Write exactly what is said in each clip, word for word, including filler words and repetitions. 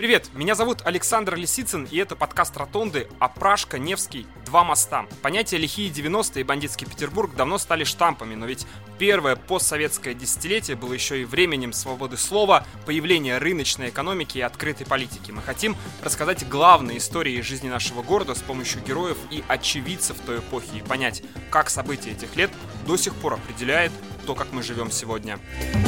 привет! Меня зовут Александр Лисицын, и это подкаст «Ротонды» «Опрашка», «Невский», «Два моста». Понятия «лихие девяностые» и «бандитский Петербург» давно стали штампами, но ведь первое постсоветское десятилетие было еще и временем свободы слова, появления рыночной экономики и открытой политики. Мы хотим рассказать главные истории жизни нашего города с помощью героев и очевидцев той эпохи и понять, как события этих лет до сих пор определяют то, как мы живем сегодня.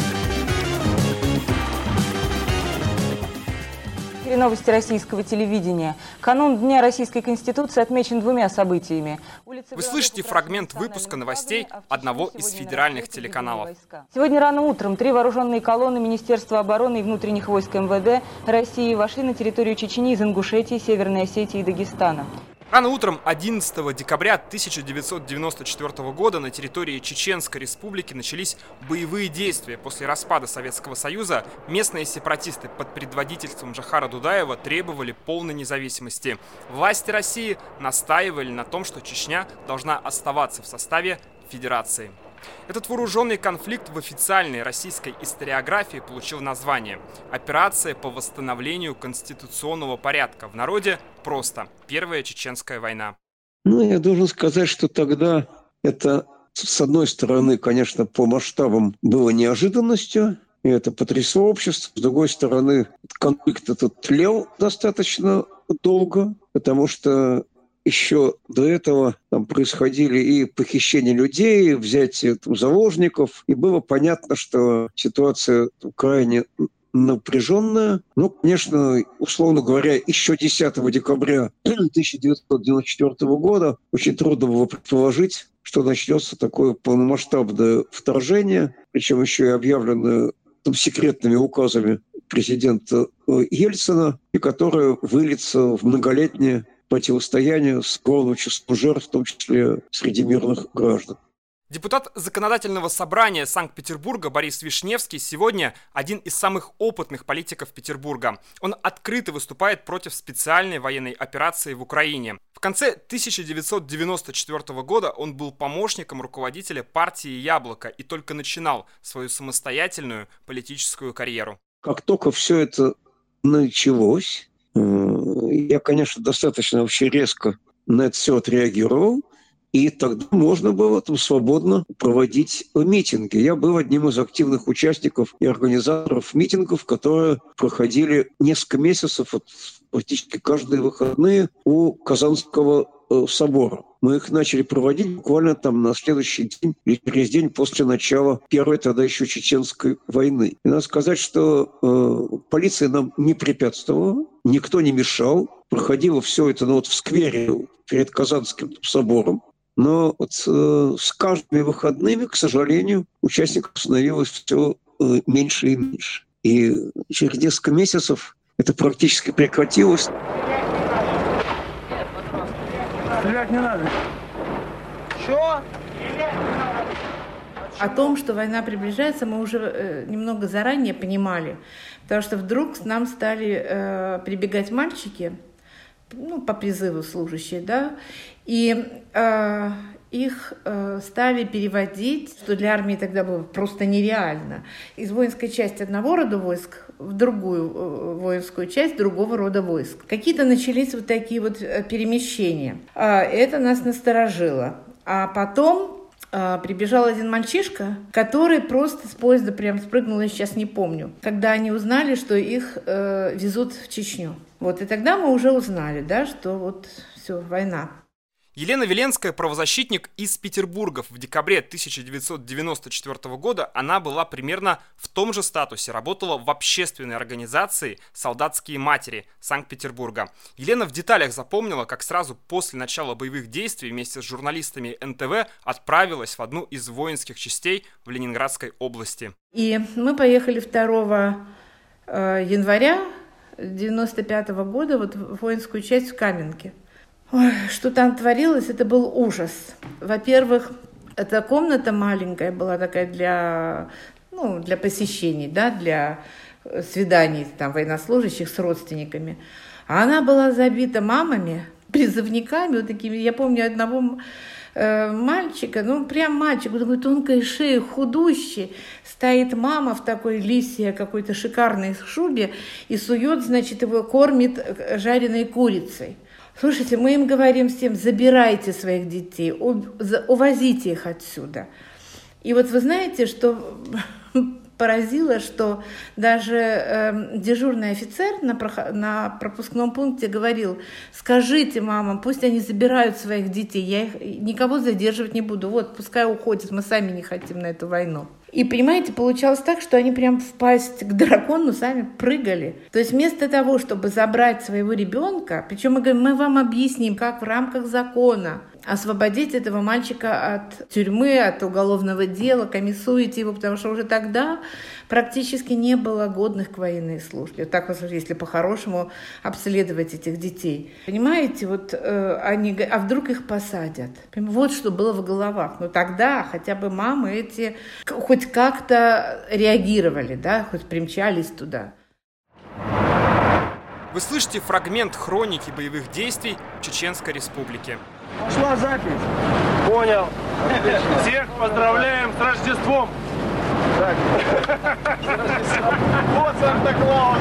Новости российского телевидения. Канун Дня Российской Конституции отмечен двумя событиями. Улицы Вы слышите фрагмент выпуска новостей одного из федеральных телеканалов. Сегодня рано утром три вооруженные колонны Министерства обороны и внутренних войск эм вэ дэ России вошли на территорию Чечни из Ингушетии, Северной Осетии и Дагестана. Рано утром одиннадцатого декабря тысяча девятьсот девяносто четвёртого года на территории Чеченской Республики начались боевые действия. После распада Советского Союза местные сепаратисты под предводительством Джохара Дудаева требовали полной независимости. Власти России настаивали на том, что Чечня должна оставаться в составе Федерации. Этот вооруженный конфликт в официальной российской историографии получил название «Операция по восстановлению конституционного порядка». В народе просто «Первая Чеченская война». Ну, я должен сказать, что тогда это, с одной стороны, конечно, по масштабам было неожиданностью, и это потрясло общество. С другой стороны, конфликт этот тлел достаточно долго, потому что еще до этого там происходили и похищения людей, и взятие там заложников, и было понятно, что ситуация крайне напряженная. Ну, конечно, условно говоря, еще десятого декабря тысяча девятьсот девяносто четвёртого года очень трудно было предположить, что начнется такое полномасштабное вторжение, причем еще и объявленное там секретными указами президента Ельцина, и которое выльется в многолетнее противостоянию с огромным числом жертв, в том числе среди мирных граждан. Депутат Законодательного собрания Санкт-Петербурга Борис Вишневский сегодня один из самых опытных политиков Петербурга. Он открыто выступает против специальной военной операции в Украине. В конце тысяча девятьсот девяносто четвёртого года он был помощником руководителя партии «Яблоко» и только начинал свою самостоятельную политическую карьеру. Как только все это началось, я, конечно, достаточно вообще резко на это все отреагировал, и тогда можно было там свободно проводить митинги. Я был одним из активных участников и организаторов митингов, которые проходили несколько месяцев, вот, практически каждые выходные у Казанского э, собора. Мы их начали проводить буквально там на следующий день или через день после начала первой тогда еще Чеченской войны. И надо сказать, что э, полиция нам не препятствовала, никто не мешал. Проходило все это ну, вот в сквере перед Казанским собором. Но вот э, с каждыми выходными, к сожалению, участников становилось все э, меньше и меньше. И через несколько месяцев это практически прекратилось. Стрелять не надо. Что? О том, что война приближается, мы уже э, немного заранее понимали, потому что вдруг к нам стали э, прибегать мальчики, ну, по призыву служащие, да, и э, их э, стали переводить, что для армии тогда было просто нереально, из воинской части одного рода войск в другую э, воинскую часть другого рода войск. Какие-то начались вот такие вот перемещения. А это нас насторожило. А потом э, прибежал один мальчишка, который просто с поезда прям спрыгнул, я сейчас не помню, когда они узнали, что их э, везут в Чечню. Вот, и тогда мы уже узнали, да, что вот все, война. Елена Веленская – правозащитник из Петербурга. В декабре тысяча девятьсот девяносто четвёртого года она была примерно в том же статусе, работала в общественной организации «Солдатские матери» Санкт-Петербурга. Елена в деталях запомнила, как сразу после начала боевых действий вместе с журналистами эн тэ вэ отправилась в одну из воинских частей в Ленинградской области. И мы поехали второго января девяносто пятого года вот в воинскую часть в Каменке. Ой, что там творилось, это был ужас. Во-первых, эта комната маленькая была такая для, ну, для посещений, да, для свиданий там, военнослужащих с родственниками. А она была забита мамами, призывниками вот такими. Я помню одного э, мальчика, ну прям мальчик, такой тонкой шеей, худущий, стоит мама в такой лисьей какой-то шикарной шубе и сует, значит, его кормит жареной курицей. Слушайте, мы им говорим всем, забирайте своих детей, увозите их отсюда. И вот вы знаете, что поразило, что даже э, дежурный офицер на, проход... на пропускном пункте говорил: скажите мамам, пусть они забирают своих детей, я их никого задерживать не буду, вот пускай уходят, мы сами не хотим на эту войну. И, понимаете, получалось так, что они прям в пасть к дракону сами прыгали. То есть вместо того, чтобы забрать своего ребенка, причем мы говорим, мы вам объясним, как в рамках закона освободить этого мальчика от тюрьмы, от уголовного дела, комиссуете его, потому что уже тогда практически не было годных к военной службе. Так вот, если по-хорошему обследовать этих детей. Понимаете, вот э, они, а вдруг их посадят? Вот что было в головах. Но тогда хотя бы мамы эти хоть как-то реагировали, да, хоть примчались туда. Вы слышите фрагмент хроники боевых действий в Чеченской Республике. Пошла запись. Понял. Отлично. Всех поздравляем с Рождеством. Вот Санта-Клаус.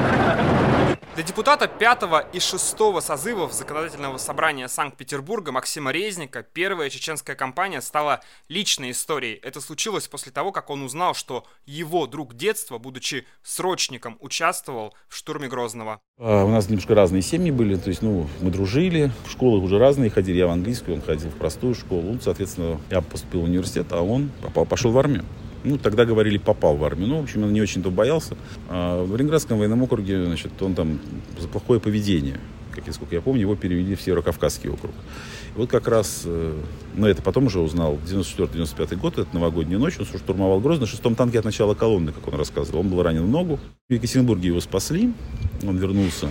Для депутата пятого и шестого созывов Законодательного собрания Санкт-Петербурга Максима Резника первая чеченская кампания стала личной историей. Это случилось после того, как он узнал, что его друг детства, будучи срочником, участвовал в штурме Грозного. А, у нас немножко разные семьи были, то есть, ну, мы дружили, в школы уже разные ходили, я в английскую, он ходил в простую школу, ну, соответственно, я поступил в университет, а он попал, пошел в армию. Ну, тогда говорили, попал в армию. Ну, в общем, он не очень-то боялся. А в Ленинградском военном округе, значит, он там за плохое поведение, как я, сколько я помню, его перевели в Северокавказский округ. И вот как раз, ну, это потом уже узнал, девяносто четвёртый девяносто пятый год, это новогодняя ночь, он штурмовал Грозный, на шестом танке от начала колонны, как он рассказывал. Он был ранен в ногу. В Екатеринбурге его спасли, он вернулся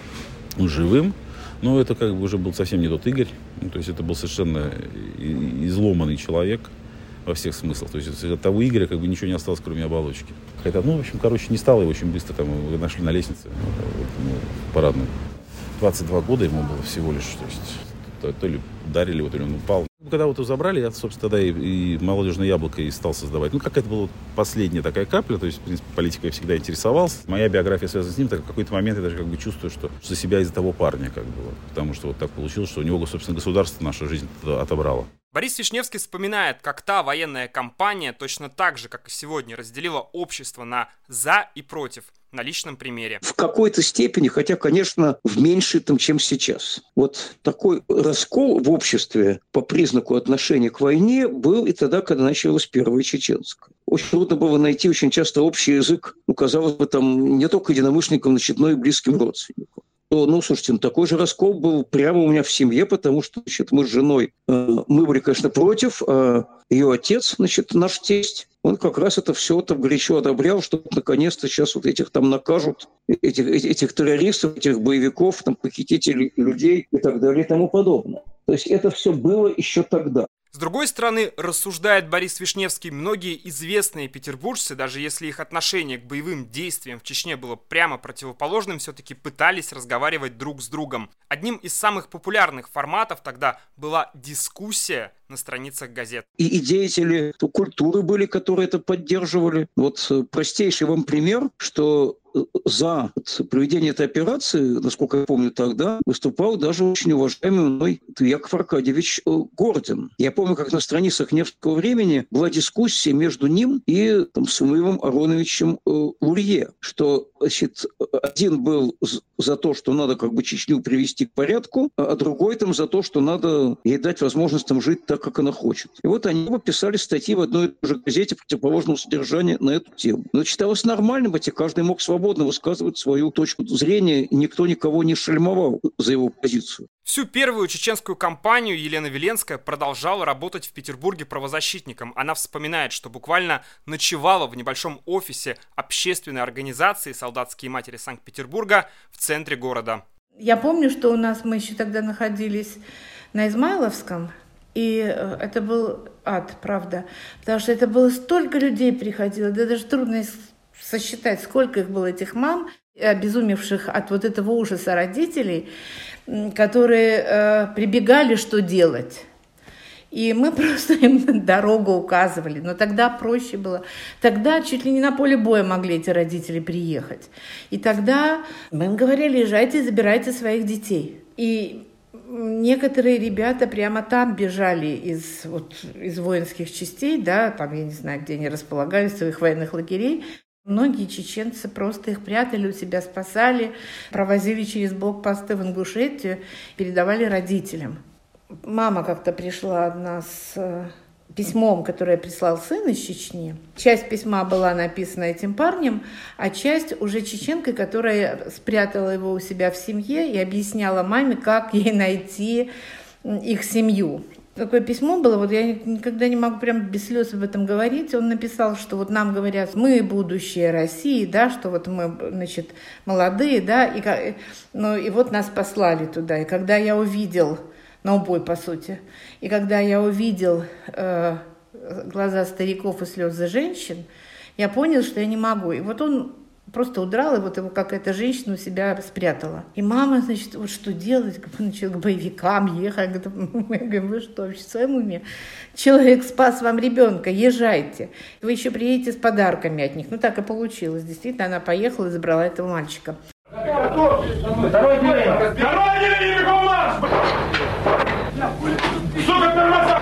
живым. Но это как бы уже был совсем не тот Игорь. Ну, то есть это был совершенно изломанный человек во всех смыслах. То есть от того Игоря как бы ничего не осталось, кроме оболочки. Хотя, ну, в общем, короче, не стало его очень быстро. Там его нашли на лестнице, вот, ну, парадной. двадцать два года ему было всего лишь. То есть то, то ли ударили его, то ли он упал. Когда вот его забрали, я, собственно, тогда и, и «Молодежное яблоко» и стал создавать. Ну, какая-то была вот последняя такая капля. То есть, в принципе, политикой я всегда интересовался. Моя биография связана с ним, так в какой-то момент я даже как бы чувствую, что за себя из-за того парня, как бы. Вот, потому что вот так получилось, что у него, собственно, государство нашу жизнь отобрало. Борис Вишневский вспоминает, как та военная кампания точно так же, как и сегодня, разделила общество на «за» и «против» на личном примере. В какой-то степени, хотя, конечно, в меньшей, там, чем сейчас. Вот такой раскол в обществе по признаку отношения к войне был и тогда, когда началась Первая Чеченская. Очень трудно было найти очень часто общий язык, ну, казалось бы, там, не только единомышленникам, но и близким родственникам. Ну, слушайте, ну, такой же раскол был прямо у меня в семье, потому что, значит, мы с женой, э, мы были, конечно, против, а ее отец, значит, наш тесть, он как раз это все там горячо одобрял, что наконец-то сейчас вот этих там накажут, этих, этих террористов, этих боевиков, там, похитителей людей и так далее и тому подобное. То есть это все было еще тогда. С другой стороны, рассуждает Борис Вишневский, многие известные петербуржцы, даже если их отношение к боевым действиям в Чечне было прямо противоположным, все-таки пытались разговаривать друг с другом. Одним из самых популярных форматов тогда была дискуссия на страницах газет. И, и деятели культуры были, которые это поддерживали. Вот простейший вам пример, что за проведение этой операции, насколько я помню тогда, выступал даже очень уважаемый мной Яков Аркадьевич Гордин. Я помню, как на страницах «Невского времени» была дискуссия между ним и там, Самуилом Ароновичем Лурье, что, значит, один был за то, что надо как бы Чечню привести к порядку, а другой там за то, что надо ей дать возможность там жить так, как она хочет. И вот они оба писали статьи в одной и той же газете противоположного содержания на эту тему. Но считалось нормальным, хотя каждый мог свободно высказывать свою точку зрения, и никто никого не шельмовал за его позицию. Всю первую чеченскую кампанию Елена Веленская продолжала работать в Петербурге правозащитником. Она вспоминает, что буквально ночевала в небольшом офисе общественной организации «Солдатские матери Санкт-Петербурга» в центре города. Я помню, что у нас мы еще тогда находились на Измайловском, и это был ад, правда, потому что это было столько людей приходило, да даже трудно сосчитать, сколько их было, этих мам, обезумевших от вот этого ужаса родителей, которые э, прибегали, что делать. И мы просто им дорогу указывали. Но тогда проще было. Тогда чуть ли не на поле боя могли эти родители приехать. И тогда мы им говорили: езжайте, забирайте своих детей. И некоторые ребята прямо там бежали из, вот, из воинских частей, да, там, я не знаю, где они располагались, своих военных лагерей. Многие чеченцы просто их прятали у себя, спасали, провозили через блокпосты в Ингушетию, передавали родителям. Мама как-то пришла одна с письмом, которое прислал сын из Чечни. Часть письма была написана этим парнем, а часть уже чеченкой, которая спрятала его у себя в семье и объясняла маме, как ей найти их семью. Такое письмо было, вот я никогда не могу прям без слез об этом говорить. Он написал, что вот нам говорят, мы будущее России, да, что вот мы, значит, молодые, да, и, ну, и вот нас послали туда. И когда я увидел, на убой, по сути, и когда я увидел э, глаза стариков и слезы женщин, я понял, что я не могу. И вот он просто удрал, и вот его какая-то женщина у себя спрятала. И мама, значит, вот что делать? Начала к боевикам ехать. Я говорю: вы что, вообще в своем уме? Человек спас вам ребенка, езжайте. Вы еще приедете с подарками от них. Ну, так и получилось. Действительно, она поехала и забрала этого мальчика. Второй день! Второй день, бегом марш! Сука, тормоза!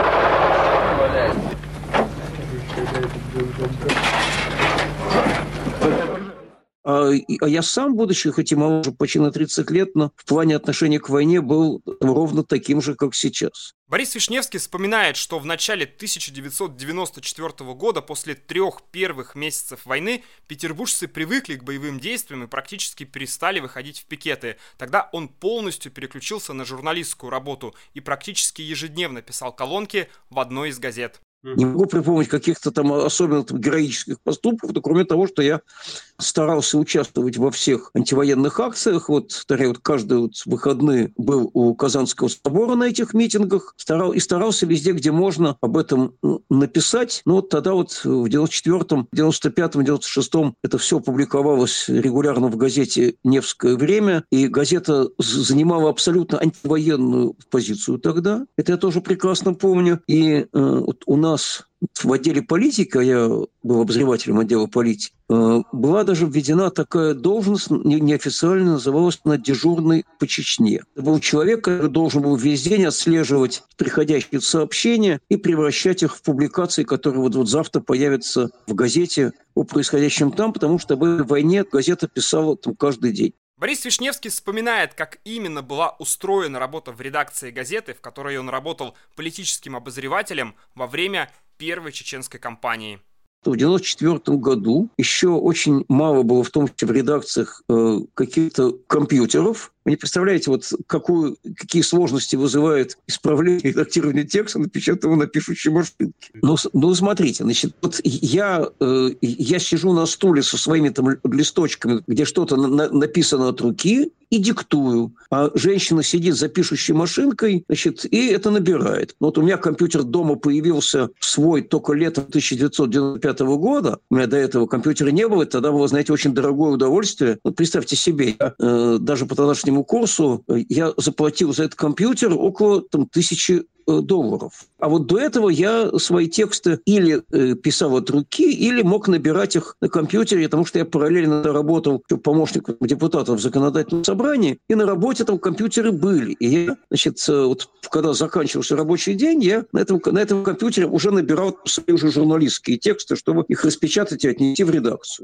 А я сам, будучи хоть и моложе почти на тридцать лет, но в плане отношения к войне был ровно таким же, как сейчас. Борис Вишневский вспоминает, что в начале тысяча девятьсот девяносто четвёртого года, после трех первых месяцев войны, петербуржцы привыкли к боевым действиям и практически перестали выходить в пикеты. Тогда он полностью переключился на журналистскую работу и практически ежедневно писал колонки в одной из газет. Не могу припомнить каких-то там особенно там героических поступков, но кроме того, что я старался участвовать во всех антивоенных акциях. Вот, повторяю, вот каждые вот выходные был у Казанского собора на этих митингах, старал, и старался везде, где можно, об этом написать. Но вот тогда вот в девяносто четвёртом, девяносто пятом, девяносто шестом это все публиковалось регулярно в газете «Невское время», и газета занимала абсолютно антивоенную позицию тогда. Это я тоже прекрасно помню. И э, вот у нас в отделе политики, а я был обозревателем отдела политики, была даже введена такая должность, неофициально называлась она дежурный по Чечне. Это был человек, который должен был весь день отслеживать приходящие сообщения и превращать их в публикации, которые вот, вот завтра появятся в газете о происходящем там, потому что об этой войне газета писала там каждый день. Борис Вишневский вспоминает, как именно была устроена работа в редакции газеты, в которой он работал политическим обозревателем во время первой чеченской кампании. В девяносто четвёртом году еще очень мало было, в том числе в редакциях, э, каких-то компьютеров. Вы не представляете, вот какую, какие сложности вызывает исправление и редактирование текста, напечатанного на пишущей машинке. Ну, ну смотрите, значит, вот я, э, я сижу на стуле со своими там листочками, где что-то на, написано от руки, и диктую. А женщина сидит за пишущей машинкой, значит, и это набирает. Вот у меня компьютер дома появился свой только летом тысяча девятьсот девяносто пятого года. У меня до этого компьютера не было. Тогда было, знаете, очень дорогое удовольствие. Вот представьте себе, я, э, даже по тогдашнему курсу я заплатил за этот компьютер около там, тысячи долларов. А вот до этого я свои тексты или э, писал от руки, или мог набирать их на компьютере, потому что я параллельно работал помощником депутата в законодательном собрании, и на работе там компьютеры были. И я, значит, вот когда заканчивался рабочий день, я на этом, на этом компьютере уже набирал свои уже журналистские тексты, чтобы их распечатать и отнести в редакцию.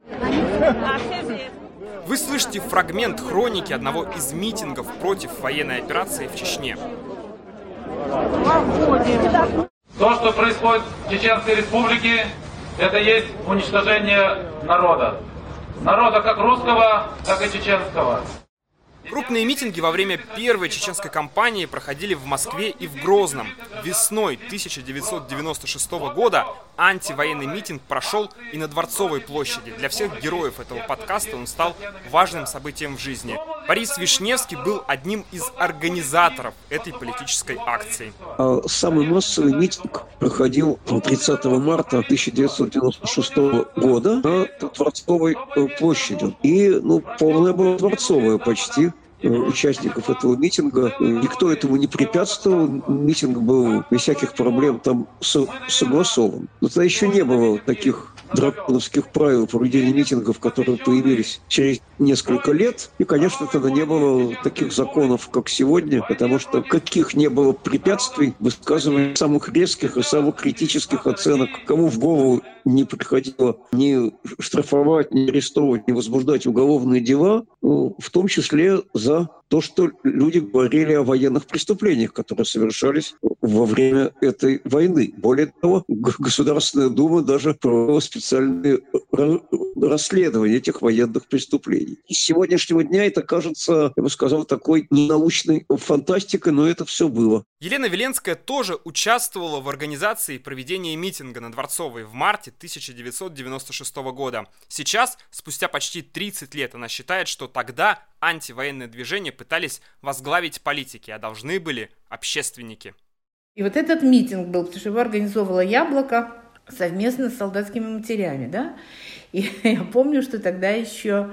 Вы слышите фрагмент хроники одного из митингов против военной операции в Чечне. То, что происходит в Чеченской Республике, это есть уничтожение народа. Народа как русского, так и чеченского. Крупные митинги во время первой чеченской кампании проходили в Москве и в Грозном. Весной тысяча девятьсот девяносто шестого года антивоенный митинг прошел и на Дворцовой площади. Для всех героев этого подкаста он стал важным событием в жизни. Борис Вишневский был одним из организаторов этой политической акции. Самый массовый митинг проходил тридцатого марта тысяча девятьсот девяносто шестого года на Дворцовой площади. И ну, полная была Дворцовая почти. участников этого митинга. Никто этому не препятствовал. Митинг был без всяких проблем там согласован. Но тогда еще не было таких драконовских правил проведения митингов, которые появились через несколько лет. И, конечно, тогда не было таких законов, как сегодня, потому что каких не было препятствий высказывания самых резких и самых критических оценок. Кому в голову не приходило ни штрафовать, ни арестовывать, ни возбуждать уголовные дела, в том числе за то, что люди говорили о военных преступлениях, которые совершались во время этой войны. Более того, Государственная Дума даже провела специальные расследования этих военных преступлений. И с сегодняшнего дня это кажется, я бы сказал, такой ненаучной фантастикой, но это все было. Елена Веленская тоже участвовала в организации проведения митинга на Дворцовой в марте тысяча девятьсот девяносто шестого года. Сейчас, спустя почти тридцать лет, она считает, что тогда антивоенное движение пытались возглавить политики, а должны были общественники. И вот этот митинг был, потому что его организовывала «Яблоко» совместно с солдатскими матерями, да? И я помню, что тогда еще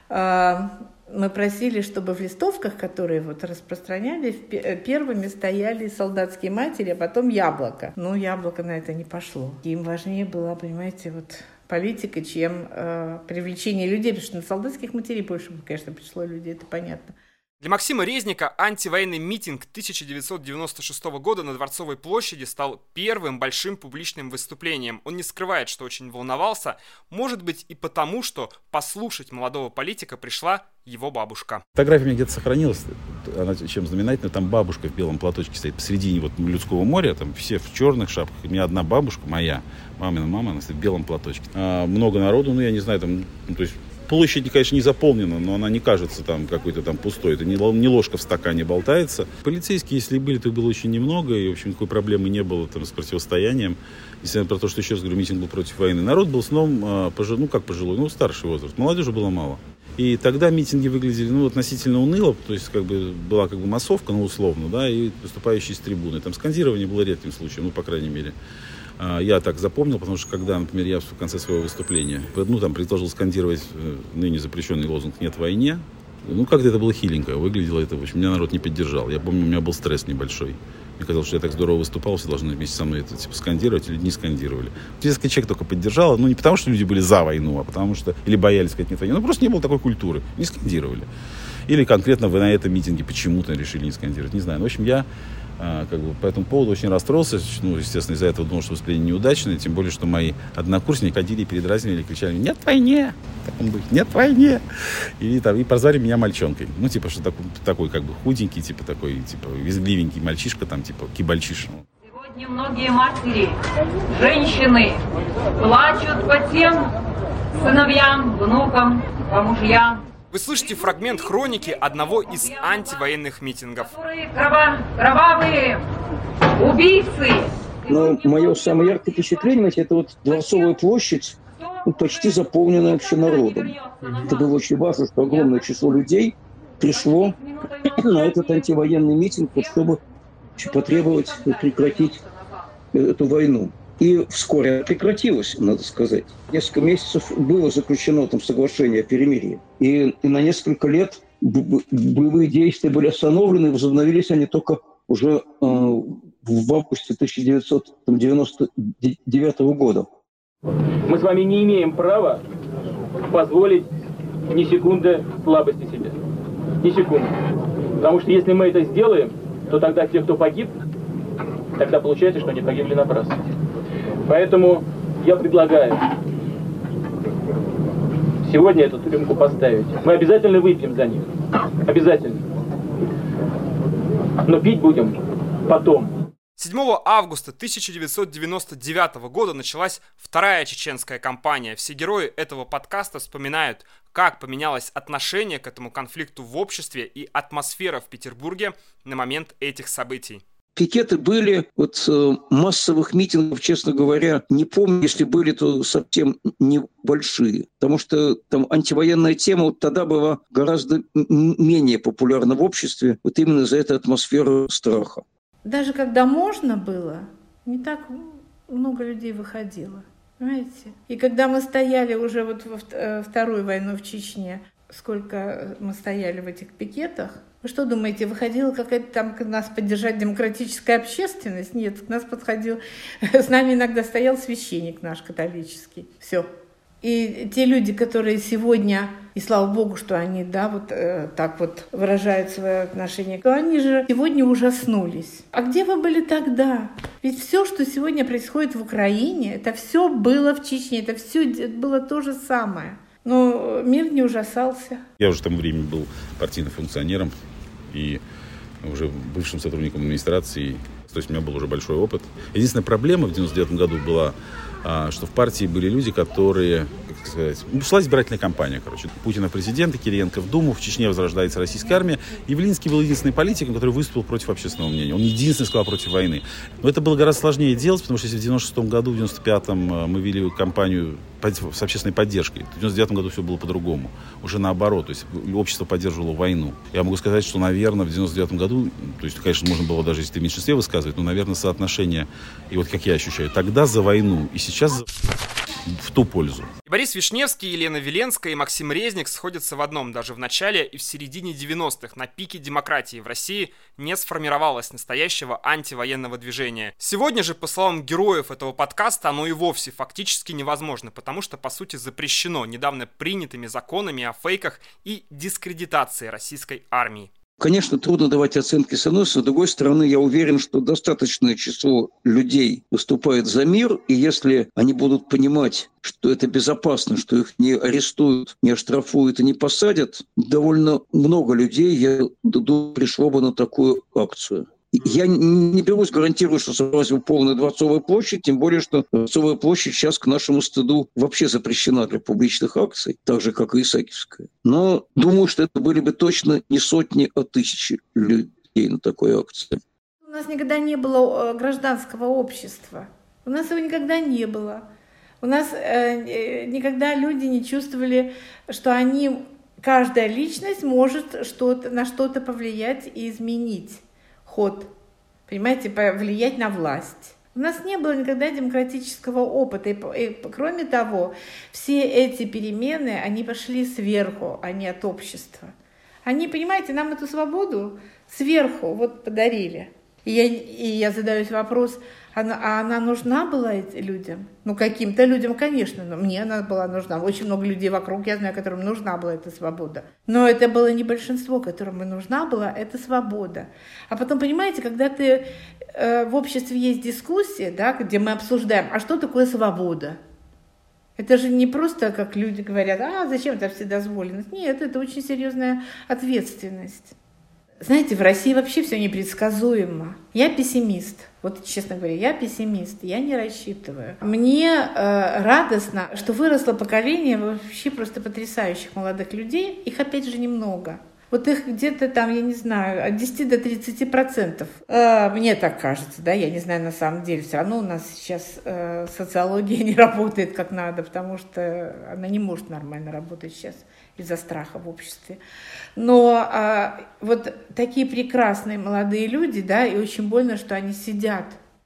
э, мы просили, чтобы в листовках, которые вот распространяли, первыми стояли солдатские матери, а потом «Яблоко». Ну, «Яблоко» на это не пошло. Им важнее была, понимаете, вот политика, чем э, привлечение людей, потому что на солдатских матерей больше, конечно, пришло людей, это понятно. Для Максима Резника антивоенный митинг тысяча девятьсот девяносто шестого года на Дворцовой площади стал первым большим публичным выступлением. Он не скрывает, что очень волновался, может быть и потому, что послушать молодого политика пришла его бабушка. Фотография у меня где-то сохранилась, она чем знаменательна, там бабушка в белом платочке стоит посередине вот людского моря, там все в черных шапках, у меня одна бабушка, моя, мамина мама, она стоит в белом платочке. А, много народу, ну я не знаю, там, ну, то есть площадь, конечно, не заполнена, но она не кажется там какой-то там пустой. Это не, не ложка в стакане болтается. Полицейские, если были, то их было очень немного. И, в общем, никакой проблемы не было там с противостоянием. Несмотря про то, что, еще раз говорю, митинг был против войны. Народ был в основном, пожи, ну как пожилой, ну старший возраст. Молодежи было мало. И тогда митинги выглядели, ну, относительно уныло. То есть, как бы, была как бы массовка, ну, условно, да, и выступающие с трибуны. Там скандирование было редким случаем, ну, по крайней мере. Я так запомнил, потому что когда, например, я в конце своего выступления, ну, там, предложил скандировать ныне запрещенный лозунг «Нет войне», ну, как-то это было хиленько, выглядело это, в общем, меня народ не поддержал. Я помню, у меня был стресс небольшой. Мне казалось, что я так здорово выступал, все должны вместе со мной это, типа, скандировать, или не скандировали. Несколько человек только поддержало, ну, не потому, что люди были за войну, а потому что, или боялись сказать «нет войны», ну, просто не было такой культуры, не скандировали. Или конкретно вы на этом митинге почему-то решили не скандировать, не знаю. Ну, в общем, я а, как бы по этому поводу очень расстроился. Ну, естественно, из-за этого думал, что выступление неудачное. Тем более, что мои однокурсники ходили, передразнивали, кричали «Нет войне!» Так он будет «Нет войне!» И, там, и прозвали меня мальчонкой. Ну, типа, что такой, такой как бы худенький, типа такой, типа, визгливенький мальчишка, там, типа, кибальчиш. Сегодня многие матери, женщины плачут по тем сыновьям, внукам, по мужьям. Вы слышите фрагмент хроники одного из антивоенных митингов. Крова, кровавые убийцы. Но мое самое яркое впечатление, это вот Дворцовая площадь, ну, почти заполненная вообще народом. Это было очень важно, что огромное число людей пришло на этот антивоенный митинг, вот, чтобы потребовать прекратить эту войну. И вскоре прекратилось, надо сказать. Несколько месяцев было заключено там соглашение о перемирии. И, и на несколько лет боевые действия были остановлены, и возобновились они только уже э, в августе тысяча девятьсот девяносто девятого года. Мы с вами не имеем права позволить ни секунды слабости себе. Ни секунды. Потому что если мы это сделаем, то тогда те, кто погиб, тогда получается, что они погибли напрасно. Поэтому я предлагаю сегодня эту рюмку поставить. Мы обязательно выпьем за них. Обязательно. Но пить будем потом. седьмого августа тысяча девятьсот девяносто девятого года началась вторая чеченская кампания. Все герои этого подкаста вспоминают, как поменялось отношение к этому конфликту в обществе и атмосфера в Петербурге на момент этих событий. Пикеты были, вот массовых митингов, честно говоря, не помню, если были, то совсем небольшие. Потому что там антивоенная тема вот тогда была гораздо менее популярна в обществе, вот именно за эту атмосферу страха. Даже когда можно было, не так много людей выходило, понимаете? И когда мы стояли уже вот во вторую войну в Чечне, сколько мы стояли в этих пикетах. Вы что думаете, выходила какая-то там нас поддержать демократическая общественность? Нет, к нас подходил, с нами иногда стоял священник наш католический. Все. И те люди, которые сегодня, и слава богу, что они, да, вот э, так вот выражают свое отношение, то они же сегодня ужаснулись. А где вы были тогда? Ведь все, что сегодня происходит в Украине, это все было в Чечне, это все было то же самое. Но мир не ужасался. Я уже в том времени был партийным функционером и уже бывшим сотрудником администрации. То есть у меня был уже большой опыт. Единственная проблема в девяносто девятом году была, что в партии были люди, которые, как сказать, шла избирательная кампания, короче. Путина президента, Кириенко в Думу, в Чечне возрождается российская армия. Явлинский был единственным политиком, который выступил против общественного мнения. Он единственный сказал против войны. Но это было гораздо сложнее делать, потому что если в девяносто шестом году, в девяносто пятом мы вели кампанию с общественной поддержкой, в девяносто девятом году все было по-другому. Уже наоборот, то есть общество поддерживало войну. Я могу сказать, что, наверное, в девяносто девятом году, то есть, конечно, можно было даже, если ты в меньшинстве высказывать, но, наверное, соотношение, и вот как я ощущаю, тогда за войну, и сейчас за... в ту пользу. Борис Вишневский, Елена Виленская и Максим Резник сходятся в одном. Даже в начале и в середине девяностых, на пике демократии в России, не сформировалось настоящего антивоенного движения. Сегодня же, по словам героев этого подкаста, оно и вовсе фактически невозможно, потому что, по сути, запрещено недавно принятыми законами о фейках и дискредитации российской армии. Конечно, трудно давать оценки с одной стороны. С другой стороны, я уверен, что достаточное число людей выступает за мир, и если они будут понимать, что это безопасно, что их не арестуют, не оштрафуют и не посадят, довольно много людей, я думаю, пришло бы на такую акцию. Я не берусь гарантировать, что собралась бы полная Дворцовая площадь, тем более, что Дворцовая площадь сейчас, к нашему стыду, вообще запрещена для публичных акций, так же, как и Исаакиевская. Но думаю, что это были бы точно не сотни, а тысячи людей на такой акции. У нас никогда не было гражданского общества. У нас его никогда не было. У нас э, никогда люди не чувствовали, что они, каждая личность может что-то, на что-то повлиять и изменить ход, понимаете, повлиять на власть. У нас не было никогда демократического опыта. И, и кроме того, все эти перемены, они пошли сверху, а не от общества. Они, понимаете, нам эту свободу сверху вот подарили. И я, и я задаюсь вопрос, она, а она нужна была людям? Ну, каким-то людям, конечно, но мне она была нужна. Очень много людей вокруг, я знаю, которым нужна была эта свобода. Но это было не большинство, которым и нужна была эта свобода. А потом, понимаете, когда ты э, в обществе есть дискуссия, да, где мы обсуждаем, а что такое свобода? Это же не просто, как люди говорят, а зачем это вседозволенность? Нет, это очень серьезная ответственность. Знаете, в России вообще все непредсказуемо. Я пессимист. Вот, честно говоря, я пессимист. Я не рассчитываю. Мне э, радостно, что выросло поколение вообще просто потрясающих молодых людей. Их, опять же, немного. Вот их где-то там, я не знаю, от десяти до тридцати процентов. Э, мне так кажется, да, я не знаю на самом деле. Все равно у нас сейчас э, социология не работает как надо, потому что она не может нормально работать сейчас из-за страха в обществе. Но а, вот такие прекрасные молодые люди, да, и очень больно, что они сидят.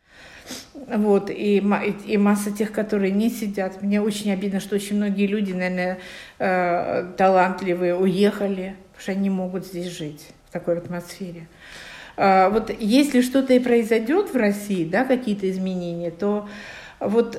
Вот, и, и масса тех, которые не сидят. Мне очень обидно, что очень многие люди, наверное, э, талантливые, уехали, потому что они не могут здесь жить в такой атмосфере. А, вот если что-то и произойдет в России, да, какие-то изменения, то вот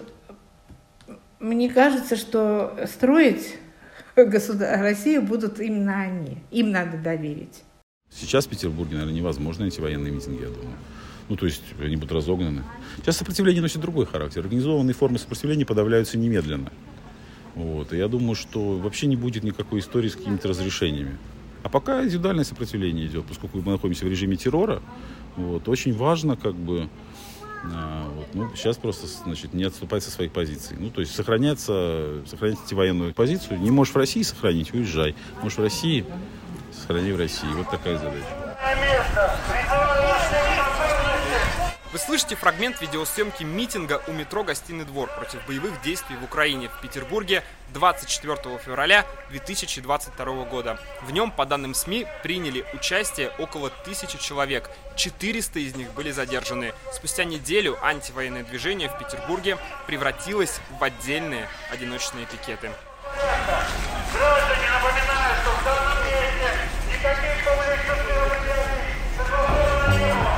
мне кажется, что строить государ... Россию будут именно они. Им надо доверить. Сейчас в Петербурге, наверное, невозможно эти военные митинги, я думаю. Ну, то есть они будут разогнаны. Сейчас сопротивление носит другой характер. Организованные формы сопротивления подавляются немедленно. Вот. И я думаю, что вообще не будет никакой истории с какими-то разрешениями. А пока индивидуальное сопротивление идет, поскольку мы находимся в режиме террора, вот, очень важно, как бы, а, вот, ну, сейчас просто, значит, не отступать со своих позиций. Ну, то есть сохраняться, сохранять военную позицию. Не можешь в России сохранить, уезжай. Можешь в России, сохрани в России. Вот такая задача. Вы слышите фрагмент видеосъемки митинга у метро «Гостиный двор» против боевых действий в Украине в Петербурге двадцать четвёртого февраля две тысячи двадцать второго года. В нем, по данным СМИ, приняли участие около тысячи человек. четыреста из них были задержаны. Спустя неделю антивоенное движение в Петербурге превратилось в отдельные одиночные пикеты. Граждане, Напоминаю, что в данном месте никаких публичных мероприятий согласовано не было.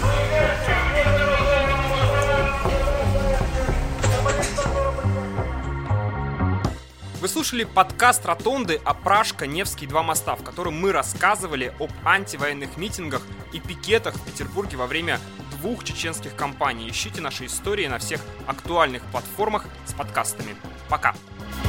Вы слушали подкаст «Ротонды» о Пражка-Невский два моста, в котором мы рассказывали об антивоенных митингах и пикетах в Петербурге во время двух чеченских кампаний. Ищите наши истории на всех актуальных платформах с подкастами. Пока!